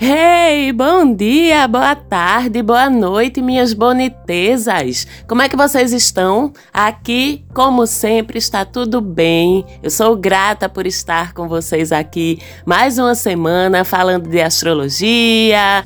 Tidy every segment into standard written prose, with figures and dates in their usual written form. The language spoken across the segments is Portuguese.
Hey, bom dia, boa tarde, boa noite, minhas bonitezas. Como é que vocês estão? Aqui, como sempre, está tudo bem. Eu sou grata por estar com vocês aqui mais uma semana falando de astrologia,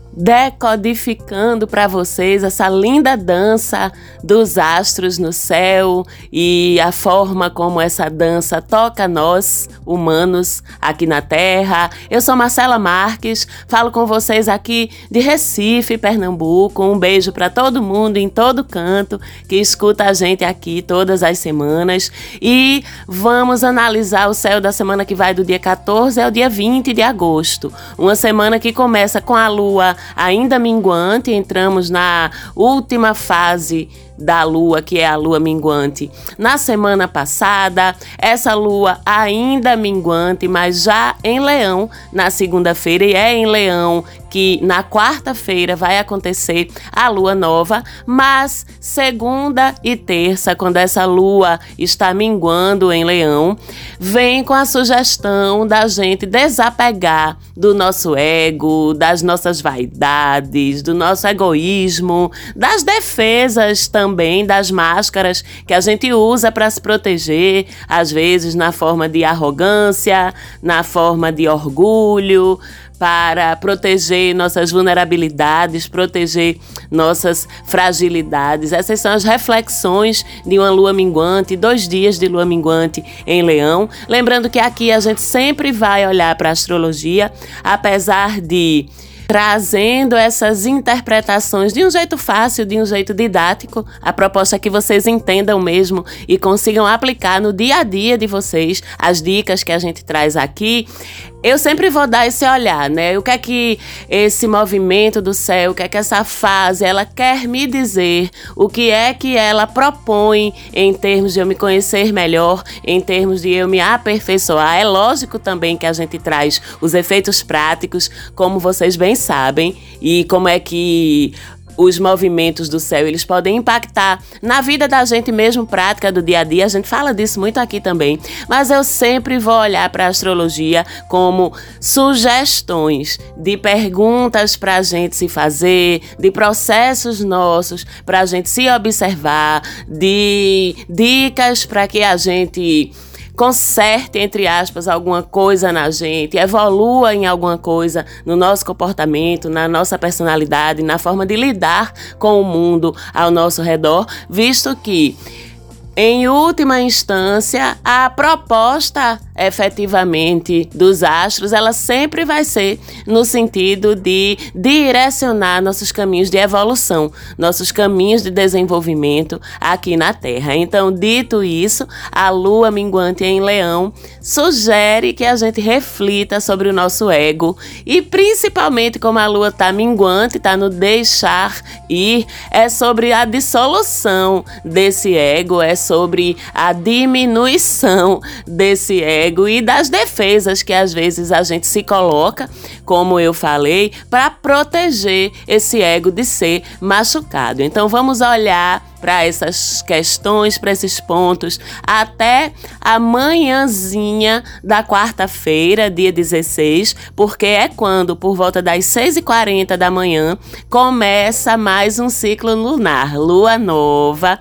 decodificando para vocês essa linda dança dos astros no céu e a forma como essa dança toca nós, humanos, aqui na Terra. Eu sou Marcela Marques, falo com vocês aqui de Recife, Pernambuco. Um beijo para todo mundo em todo canto que escuta a gente aqui todas as semanas. E vamos analisar o céu da semana que vai do dia 14 ao dia 20 de agosto. Uma semana que começa com a lua ainda minguante, entramos na última fase da lua, que é a lua minguante. Na semana passada, essa lua ainda minguante, mas já em Leão na segunda-feira, e é em Leão que na quarta-feira vai acontecer a lua nova, mas segunda e terça, quando essa lua está minguando em Leão, vem com a sugestão da gente desapegar do nosso ego, das nossas vaidades, do nosso egoísmo, das defesas também, das máscaras que a gente usa para se proteger, às vezes na forma de arrogância, na forma de orgulho, para proteger nossas vulnerabilidades, proteger nossas fragilidades. Essas são as reflexões de uma lua minguante, 2 dias de lua minguante em Leão. Lembrando que aqui a gente sempre vai olhar para a astrologia, apesar de trazendo essas interpretações de um jeito fácil, de um jeito didático. A proposta é que vocês entendam mesmo e consigam aplicar no dia a dia de vocês as dicas que a gente traz aqui. Eu sempre vou dar esse olhar, né? O que é que esse movimento do céu, o que é que essa fase, ela quer me dizer? O que é que ela propõe em termos de eu me conhecer melhor, em termos de eu me aperfeiçoar? É lógico também que a gente traz os efeitos práticos, como vocês bem sabem, e como é que os movimentos do céu, eles podem impactar na vida da gente mesmo, prática do dia a dia. A gente fala disso muito aqui também, mas eu sempre vou olhar para a astrologia como sugestões de perguntas para a gente se fazer, de processos nossos para a gente se observar, de dicas para que a gente conserte, entre aspas, alguma coisa na gente, evolua em alguma coisa no nosso comportamento, na nossa personalidade, na forma de lidar com o mundo ao nosso redor, visto que, em última instância, a proposta efetivamente dos astros, ela sempre vai ser no sentido de direcionar nossos caminhos de evolução, nossos caminhos de desenvolvimento aqui na Terra. Então, dito isso, a lua minguante em Leão sugere que a gente reflita sobre o nosso ego e, principalmente, como a lua está minguante, está no deixar ir, é sobre a dissolução desse ego, é sobre a diminuição desse ego e das defesas que às vezes a gente se coloca, como eu falei, para proteger esse ego de ser machucado. Então vamos olhar para essas questões, para esses pontos, até a manhãzinha da quarta-feira, dia 16, porque é quando, por volta das 6h40 da manhã, começa mais um ciclo lunar, lua nova.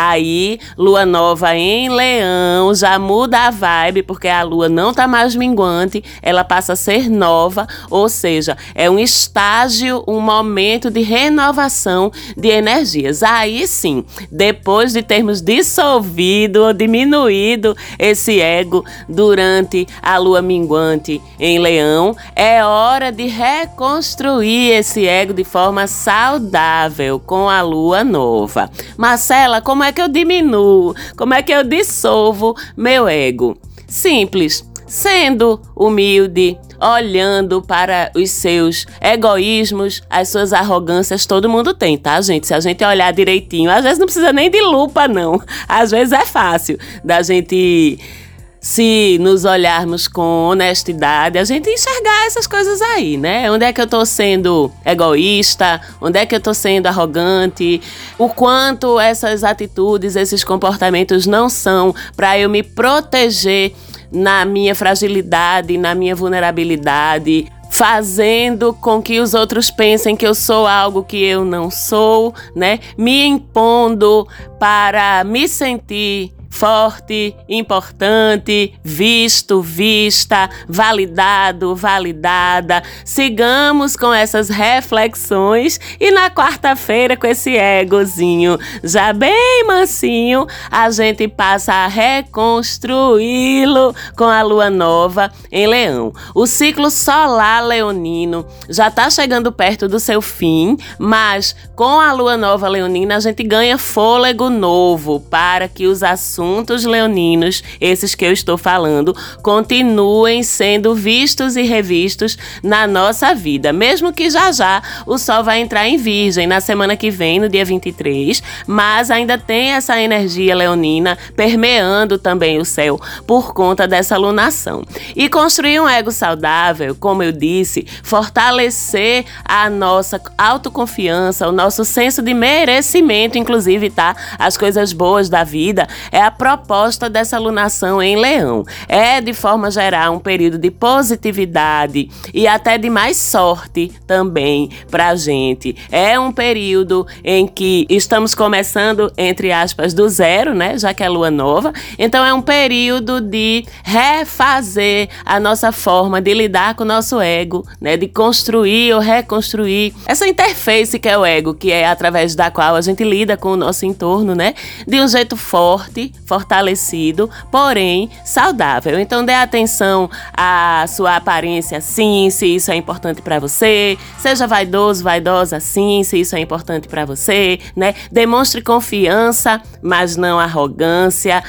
Aí, lua nova em Leão, já muda a vibe, porque a lua não tá mais minguante, ela passa a ser nova, ou seja, é um estágio, um momento de renovação de energias. Aí sim, depois de termos dissolvido ou diminuído esse ego durante a lua minguante em Leão, é hora de reconstruir esse ego de forma saudável com a lua nova. Marcela, como é que eu diminuo? Como é que eu dissolvo meu ego? Simples, sendo humilde, olhando para os seus egoísmos, as suas arrogâncias. Todo mundo tem, tá, gente? Se a gente olhar direitinho, às vezes não precisa nem de lupa, não. Às vezes é fácil da gente, se nos olharmos com honestidade, a gente enxergar essas coisas aí, né? Onde é que eu tô sendo egoísta? Onde é que eu tô sendo arrogante? O quanto essas atitudes, esses comportamentos não são para eu me proteger na minha fragilidade, na minha vulnerabilidade, fazendo com que os outros pensem que eu sou algo que eu não sou, né? Me impondo para me sentir forte, importante, visto, vista, validado, validada. Sigamos com essas reflexões e na quarta-feira, com esse egozinho já bem mansinho, a gente passa a reconstruí-lo com a lua nova em Leão. O ciclo solar leonino já está chegando perto do seu fim, mas com a lua nova leonina a gente ganha fôlego novo para que os assuntos leoninos, esses que eu estou falando, continuem sendo vistos e revistos na nossa vida, mesmo que já o Sol vai entrar em Virgem na semana que vem, no dia 23, mas ainda tem essa energia leonina permeando também o céu por conta dessa lunação. E construir um ego saudável, como eu disse, fortalecer a nossa autoconfiança, o nosso senso de merecimento, inclusive, tá? As coisas boas da vida, é a proposta dessa lunação em Leão. É, de forma geral, um período de positividade e até de mais sorte também pra gente. É um período em que estamos começando, entre aspas, do zero, né? Já que é lua nova. Então é um período de refazer a nossa forma de lidar com o nosso ego, né? De construir ou reconstruir essa interface que é o ego, que é através da qual a gente lida com o nosso entorno, né? De um jeito forte, fortalecido, porém saudável. Então dê atenção à sua aparência, sim, se isso é importante para você. Seja vaidoso, vaidosa, sim, se isso é importante para você, né? Demonstre confiança, mas não arrogância.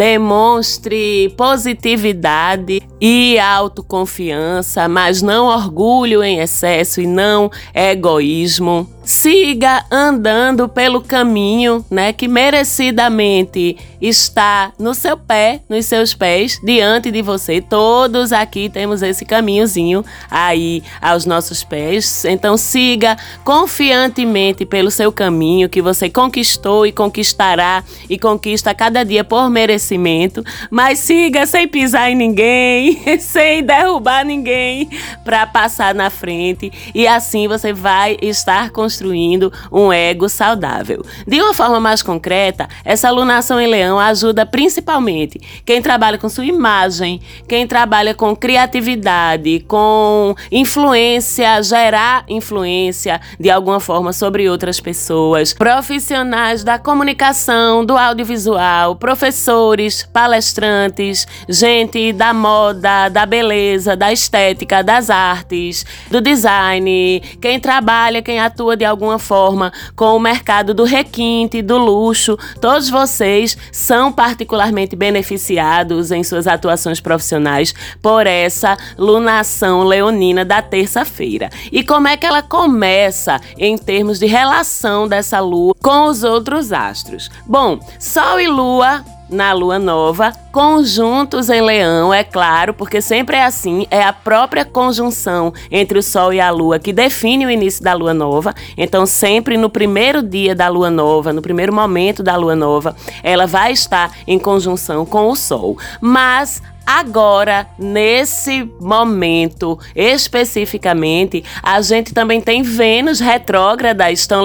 Demonstre positividade e autoconfiança, mas não orgulho em excesso e não egoísmo. Siga andando pelo caminho, né, que merecidamente está no seu pé, nos seus pés, diante de você. Todos aqui temos esse caminhozinho aí aos nossos pés. Então siga confiantemente pelo seu caminho que você conquistou e conquistará e conquista cada dia por merecimento. Mas siga sem pisar em ninguém, sem derrubar ninguém para passar na frente. E assim você vai estar construindo um ego saudável. De uma forma mais concreta, essa lunação em Leão ajuda principalmente quem trabalha com sua imagem, quem trabalha com criatividade, com influência, gerar influência de alguma forma sobre outras pessoas, profissionais da comunicação, do audiovisual, professores, palestrantes, gente da moda, da beleza, da estética, das artes, do design, quem trabalha, quem atua de alguma forma com o mercado do requinte, do luxo. Todos vocês são particularmente beneficiados em suas atuações profissionais por essa lunação leonina da terça-feira. E como é que ela começa em termos de relação dessa lua com os outros astros? Bom, Sol e Lua na lua nova, conjuntos em Leão, é claro, porque sempre é assim, é a própria conjunção entre o Sol e a Lua que define o início da lua nova. Então sempre no primeiro dia da lua nova, no primeiro momento da lua nova, ela vai estar em conjunção com o Sol. Mas agora, nesse momento especificamente, a gente também tem Vênus retrógrada, estão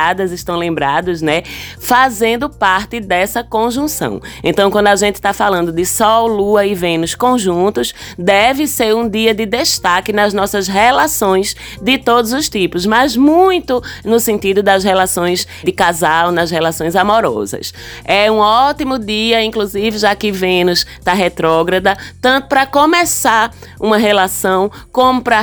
lembrados, né? Fazendo parte dessa conjunção. Então, quando a gente está falando de Sol, Lua e Vênus conjuntos, deve ser um dia de destaque nas nossas relações de todos os tipos, mas muito no sentido das relações de casal, nas relações amorosas. É um ótimo dia, inclusive, já que Vênus está retrógrada, tanto para começar uma relação como para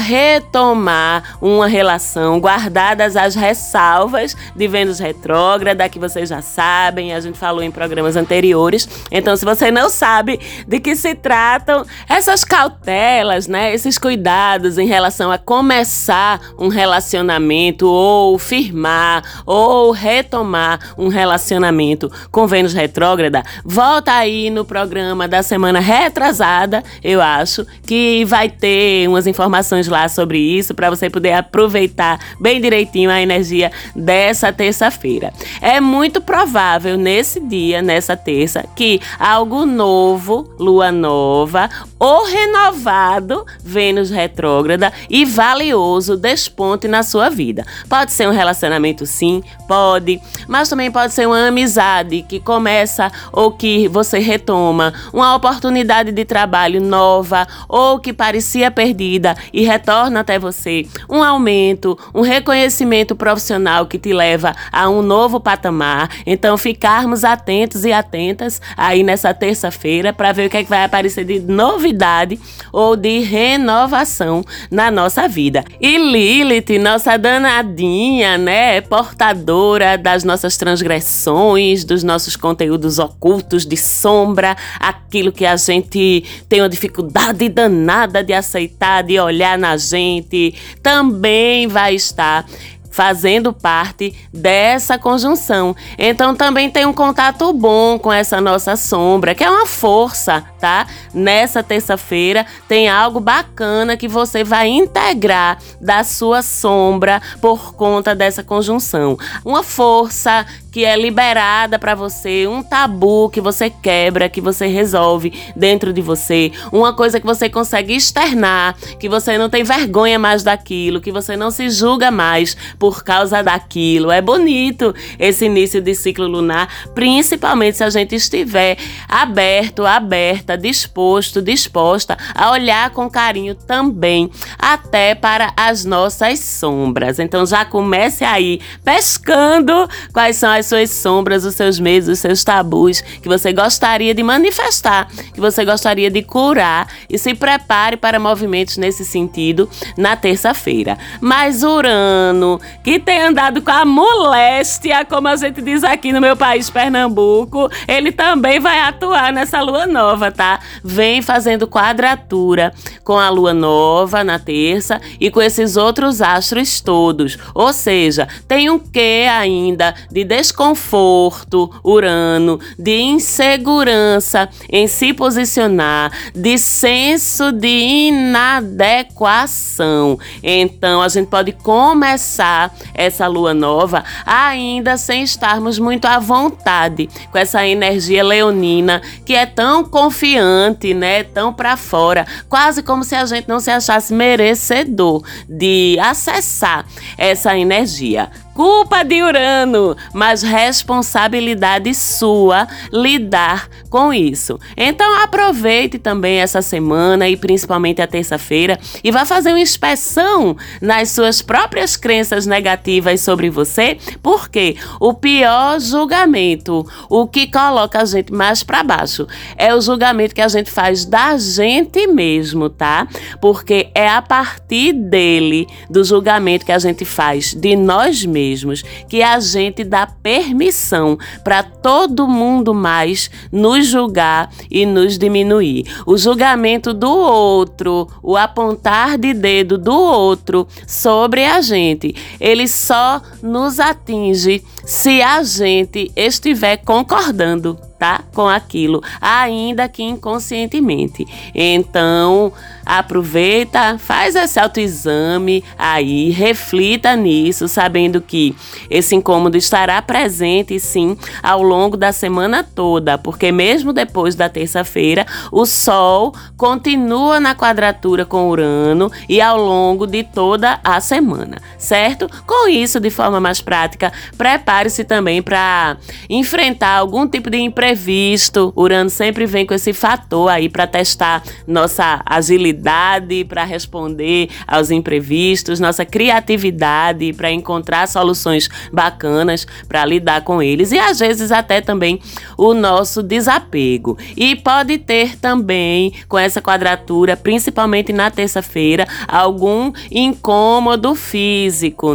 retomar uma relação, guardadas as ressalvas de Vênus retrógrada, que vocês já sabem, a gente falou em programas anteriores. Então, se você não sabe de que se tratam essas cautelas, né, esses cuidados em relação a começar um relacionamento ou firmar ou retomar um relacionamento com Vênus retrógrada, volta aí no programa da semana retrasada, eu acho, que vai ter umas informações lá sobre isso para você poder aproveitar bem direitinho a energia dessa terça-feira. É muito provável nesse dia, nessa terça, que algo novo, lua nova, ou renovado Vênus retrógrada e valioso desponte na sua vida. Pode ser um relacionamento, sim, pode, mas também pode ser uma amizade que começa ou que você retoma, uma oportunidade de trabalho nova ou que parecia perdida e retorna até você, um aumento, um reconhecimento profissional que te leva a um novo patamar. Então, ficarmos atentos e atentas aí nessa terça-feira para ver o que é que vai aparecer de novidade ou de renovação na nossa vida. E Lilith, nossa danadinha, né, portadora das nossas transgressões, dos nossos conteúdos ocultos de sombra, aquilo que a gente tem uma dificuldade danada de aceitar, de olhar na gente, também vai estar fazendo parte dessa conjunção. Então também tem um contato bom com essa nossa sombra, que é uma força, tá? Nessa terça-feira tem algo bacana que você vai integrar da sua sombra por conta dessa conjunção. Uma força que é liberada para você, um tabu que você quebra, que você resolve dentro de você, uma coisa que você consegue externar, que você não tem vergonha mais daquilo, que você não se julga mais por causa daquilo. É bonito esse início de ciclo lunar, principalmente se a gente estiver aberto, aberta, disposto, disposta a olhar com carinho também até para as nossas sombras. Então já comece aí pescando quais são as suas sombras, os seus medos, os seus tabus que você gostaria de manifestar, que você gostaria de curar, e se prepare para movimentos nesse sentido na terça-feira. Mas Urano, que tem andado com a moléstia, como a gente diz aqui no meu país, Pernambuco, ele também vai atuar nessa lua nova, tá? Vem fazendo quadratura com a lua nova na terça e com esses outros astros todos. Ou seja, tem um quê ainda de desconforto, Urano, de insegurança em se posicionar, de senso de inadequação. Então, a gente pode começar essa lua nova ainda sem estarmos muito à vontade com essa energia leonina que é tão confiante, né? Tão pra fora, quase como se a gente não se achasse merecedor de acessar essa energia. Culpa de Urano, mas responsabilidade sua lidar com isso. Então aproveite também essa semana e principalmente a terça-feira e vá fazer uma inspeção nas suas próprias crenças negativas sobre você, porque o pior julgamento, o que coloca a gente mais para baixo, é o julgamento que a gente faz da gente mesmo, tá? Porque é a partir dele, do julgamento que a gente faz de nós mesmos, que a gente dá permissão para todo mundo mais nos julgar e nos diminuir. O julgamento do outro, o apontar de dedo do outro sobre a gente, ele só nos atinge se a gente estiver concordando, tá? Com aquilo, ainda que inconscientemente. Então, aproveita, faz esse autoexame aí, reflita nisso, sabendo que esse incômodo estará presente, sim, ao longo da semana toda, porque mesmo depois da terça-feira, o Sol continua na quadratura com Urano e ao longo de toda a semana, certo? Com isso, de forma mais prática, prepare-se também para enfrentar algum tipo de imprevisto. Urano sempre vem com esse fator aí para testar nossa agilidade, para responder aos imprevistos, nossa criatividade para encontrar soluções bacanas para lidar com eles e às vezes até também o nosso desapego. E pode ter também com essa quadratura, principalmente na terça-feira, algum incômodo físico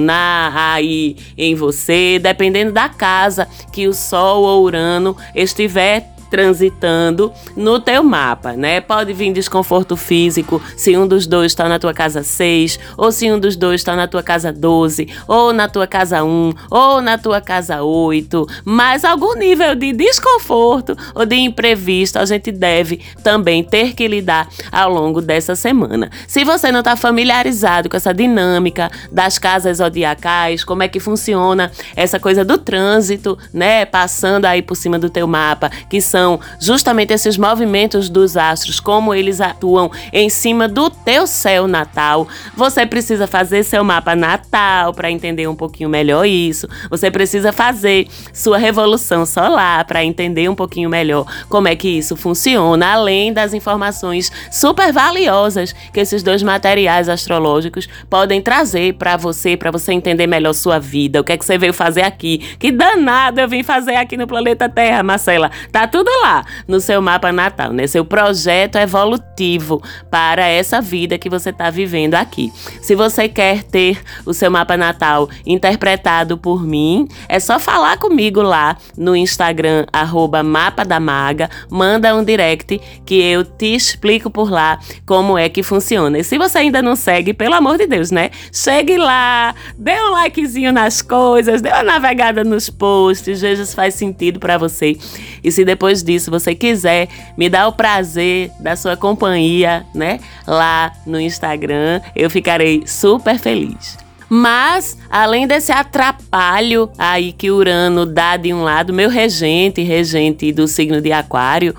aí em você, dependendo da casa que o Sol ou Urano estiver transitando no teu mapa, né? Pode vir desconforto físico se um dos dois está na tua casa 6, ou se um dos dois está na tua casa 12, ou na tua casa 1, ou na tua casa 8, mas algum nível de desconforto ou de imprevisto a gente deve também ter que lidar ao longo dessa semana. Se você não está familiarizado com essa dinâmica das casas zodiacais, como é que funciona essa coisa do trânsito, né? Passando aí por cima do teu mapa, que são são justamente esses movimentos dos astros, como eles atuam em cima do teu céu natal. Você precisa fazer seu mapa natal para entender um pouquinho melhor isso. Você precisa fazer sua revolução solar para entender um pouquinho melhor como é que isso funciona, além das informações super valiosas que esses dois materiais astrológicos podem trazer para você entender melhor sua vida. O que é que você veio fazer aqui? Que danado eu vim fazer aqui no planeta Terra, Marcela. Tá tudo lá no seu mapa natal, né? Seu projeto evolutivo para essa vida que você está vivendo aqui. Se você quer ter o seu mapa natal interpretado por mim, é só falar comigo lá no Instagram, @mapadamaga, manda um direct que eu te explico por lá como é que funciona. E se você ainda não segue, pelo amor de Deus, né? Chegue lá, dê um likezinho nas coisas, dê uma navegada nos posts, veja se faz sentido para você. E se depois disso você quiser me dar o prazer da sua companhia, né? Lá no Instagram, eu ficarei super feliz. Mas, além desse atrapalho aí que Urano dá de um lado, meu regente do signo de Aquário,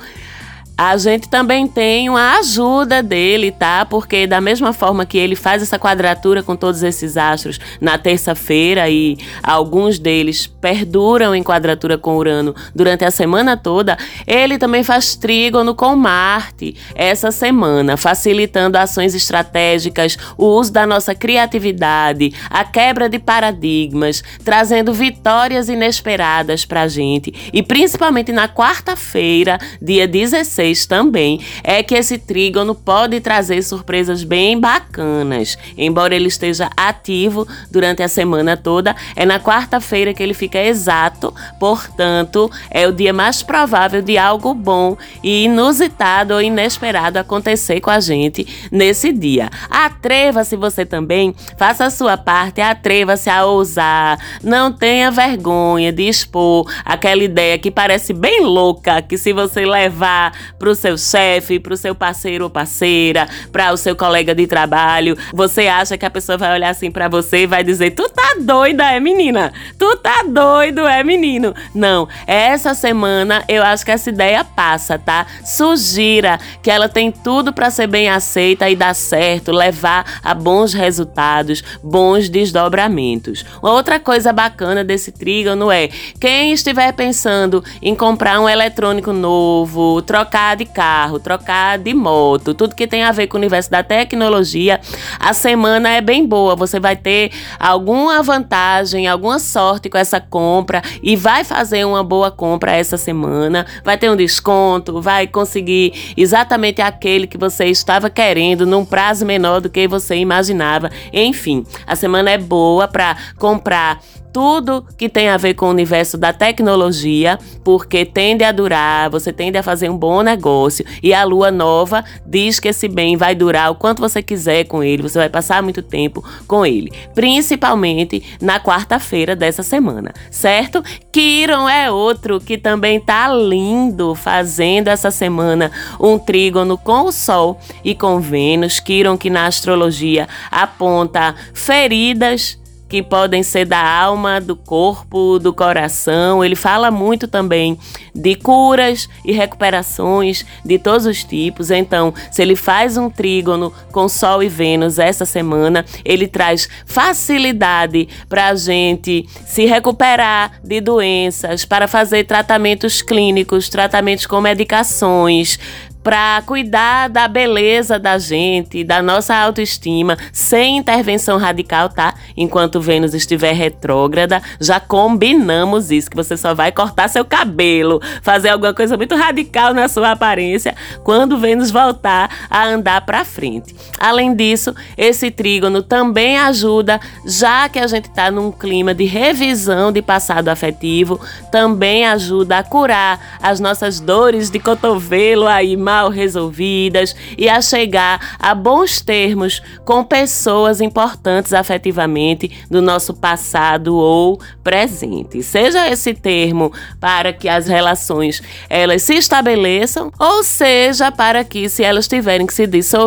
a gente também tem uma ajuda dele, tá? Porque da mesma forma que ele faz essa quadratura com todos esses astros na terça-feira e alguns deles perduram em quadratura com Urano durante a semana toda, ele também faz trígono com Marte essa semana, facilitando ações estratégicas, o uso da nossa criatividade, a quebra de paradigmas, trazendo vitórias inesperadas pra gente. E principalmente na quarta-feira, dia 16, também, é que esse trígono pode trazer surpresas bem bacanas. Embora ele esteja ativo durante a semana toda, é na quarta-feira que ele fica exato, portanto, é o dia mais provável de algo bom e inusitado ou inesperado acontecer com a gente nesse dia. Atreva-se você também, faça a sua parte, atreva-se a ousar, não tenha vergonha de expor aquela ideia que parece bem louca, que se você levar para o seu chefe, para o seu parceiro ou parceira, para o seu colega de trabalho, você acha que a pessoa vai olhar assim para você e vai dizer: tu tá doida, é menina? Tu tá doido, é menino? Não, essa semana eu acho que essa ideia passa, tá? Sugira que ela tem tudo para ser bem aceita e dar certo, levar a bons resultados, bons desdobramentos. Uma outra coisa bacana desse trígono é quem estiver pensando em comprar um eletrônico novo, trocar de carro, trocar de moto, tudo que tem a ver com o universo da tecnologia, a semana é bem boa. Você vai ter alguma vantagem, alguma sorte com essa compra e vai fazer uma boa compra essa semana, vai ter um desconto, vai conseguir exatamente aquele que você estava querendo num prazo menor do que você imaginava. Enfim, a semana é boa para comprar tudo que tem a ver com o universo da tecnologia, porque tende a durar, você tende a fazer um bom negócio e a lua nova diz que esse bem vai durar o quanto você quiser com ele, você vai passar muito tempo com ele, principalmente na quarta-feira dessa semana, certo? Quiron é outro que também tá lindo, fazendo essa semana um trígono com o Sol e com Vênus. Quiron, que na astrologia aponta feridas que podem ser da alma, do corpo, do coração. Ele fala muito também de curas e recuperações de todos os tipos. Então, se ele faz um trígono com Sol e Vênus essa semana, ele traz facilidade para a gente se recuperar de doenças, para fazer tratamentos clínicos, tratamentos com medicações, para cuidar da beleza da gente, da nossa autoestima, sem intervenção radical, tá? Enquanto Vênus estiver retrógrada, já combinamos isso, que você só vai cortar seu cabelo, fazer alguma coisa muito radical na sua aparência quando Vênus voltar a andar para frente. Além disso, esse trígono também ajuda, já que a gente está num clima de revisão de passado afetivo, também ajuda a curar as nossas dores de cotovelo aí mal resolvidas e a chegar a bons termos com pessoas importantes afetivamente do nosso passado ou presente. Seja esse termo para que as relações elas se estabeleçam, ou seja para que, se elas tiverem que se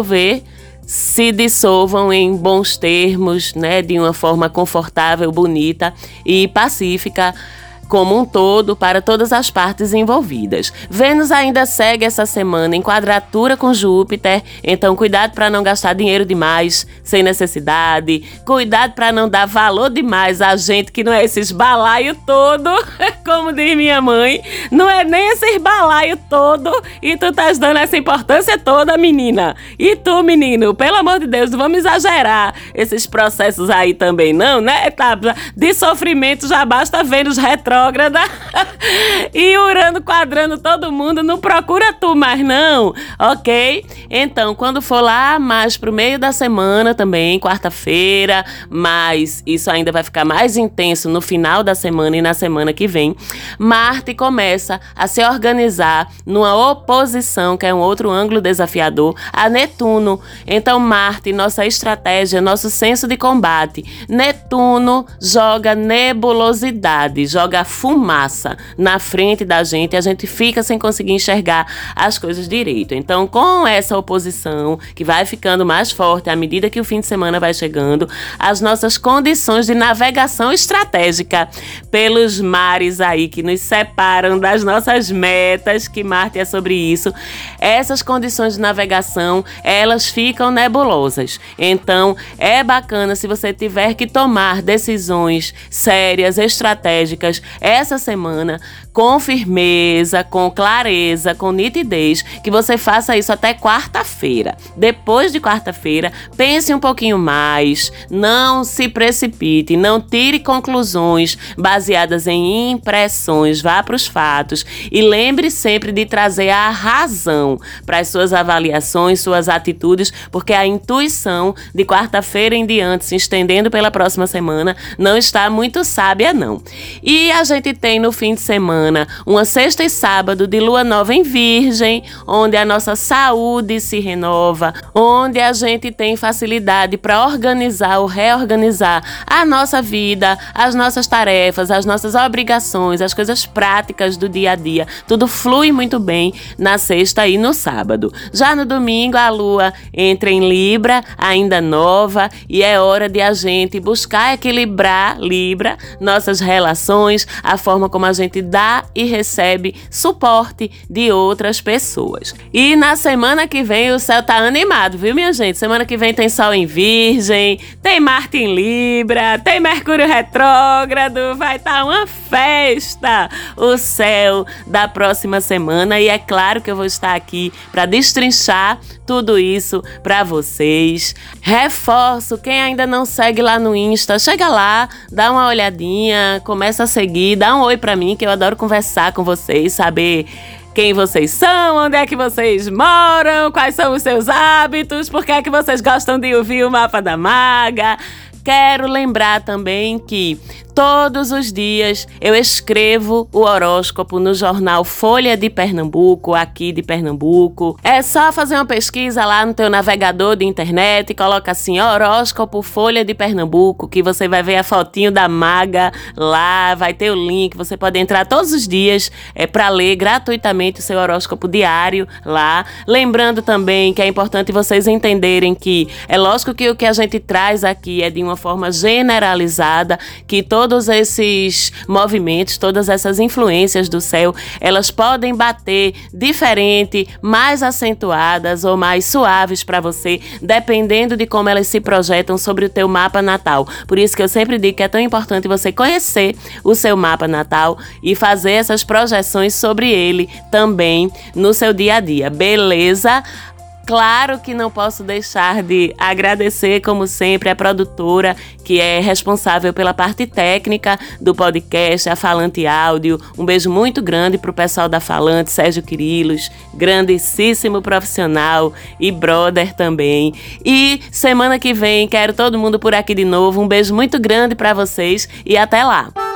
dissolvam em bons termos, né, de uma forma confortável, bonita e pacífica, como um todo para todas as partes envolvidas. Vênus ainda segue essa semana em quadratura com Júpiter, então cuidado para não gastar dinheiro demais, sem necessidade, cuidado para não dar valor demais a gente que não é esses balaio todo, como diz minha mãe, não é nem esse balaio todo e tu estás dando essa importância toda, menina. E tu, menino, pelo amor de Deus, não vamos exagerar esses processos aí também não, né? Tá, de sofrimento já basta Vênus retrógrada e Urano quadrando todo mundo, não procura tu mais não, ok? Então, quando for lá mais pro meio da semana também, quarta-feira, mas isso ainda vai ficar mais intenso no final da semana e na semana que vem, Marte começa a se organizar numa oposição, que é um outro ângulo desafiador, a Netuno. Então, Marte, nossa estratégia, nosso senso de combate. Netuno joga nebulosidade, joga fumaça na frente da gente e a gente fica sem conseguir enxergar as coisas direito. Então, com essa oposição, que vai ficando mais forte à medida que o fim de semana vai chegando, as nossas condições de navegação estratégica pelos mares aí que nos separam das nossas metas, que Marte é sobre isso, essas condições de navegação, elas ficam nebulosas. Então, é bacana se você tiver que tomar decisões sérias, estratégicas, essa semana, com firmeza, com clareza, com nitidez, que você faça isso até quarta-feira. Depois de quarta-feira, pense um pouquinho mais, não se precipite, não tire conclusões baseadas em impressões, vá para os fatos e lembre sempre de trazer a razão para as suas avaliações, suas atitudes, porque a intuição de quarta-feira em diante, se estendendo pela próxima semana, não está muito sábia não. E a gente tem no fim de semana uma sexta e sábado de lua nova em Virgem, onde a nossa saúde se renova, onde a gente tem facilidade para organizar ou reorganizar a nossa vida, as nossas tarefas, as nossas obrigações, as coisas práticas do dia a dia. Tudo flui muito bem na sexta e no sábado. Já no domingo, a lua entra em Libra, ainda nova, e é hora de a gente buscar equilibrar, Libra, nossas relações, a forma como a gente dá e recebe suporte de outras pessoas. E na semana que vem o céu tá animado, viu, minha gente? Semana que vem tem Sol em Virgem, tem Marte em Libra, tem Mercúrio retrógrado, vai estar uma festa o céu da próxima semana e é claro que eu vou estar aqui para destrinchar tudo isso para vocês. Reforço, quem ainda não segue lá no Insta, chega lá, dá uma olhadinha, começa a seguir, dá um oi para mim que eu adoro conversar com vocês, saber quem vocês são, onde é que vocês moram, quais são os seus hábitos, por que é que vocês gostam de ouvir o Mapa da Maga. Quero lembrar também que todos os dias eu escrevo o horóscopo no jornal Folha de Pernambuco, aqui de Pernambuco. É só fazer uma pesquisa lá no teu navegador de internet e coloca assim, horóscopo Folha de Pernambuco, que você vai ver a fotinho da maga lá, vai ter o link, você pode entrar todos os dias para ler gratuitamente o seu horóscopo diário lá. Lembrando também que é importante vocês entenderem que é lógico que o que a gente traz aqui é de uma forma generalizada, que todos esses movimentos, todas essas influências do céu, elas podem bater diferente, mais acentuadas ou mais suaves para você, dependendo de como elas se projetam sobre o teu mapa natal. Por isso que eu sempre digo que é tão importante você conhecer o seu mapa natal e fazer essas projeções sobre ele também no seu dia a dia, beleza? Claro que não posso deixar de agradecer, como sempre, a produtora que é responsável pela parte técnica do podcast, a Falante Áudio. Um beijo muito grande para o pessoal da Falante, Sérgio Quirilos, grandíssimo profissional e brother também. E semana que vem quero todo mundo por aqui de novo. Um beijo muito grande para vocês e até lá!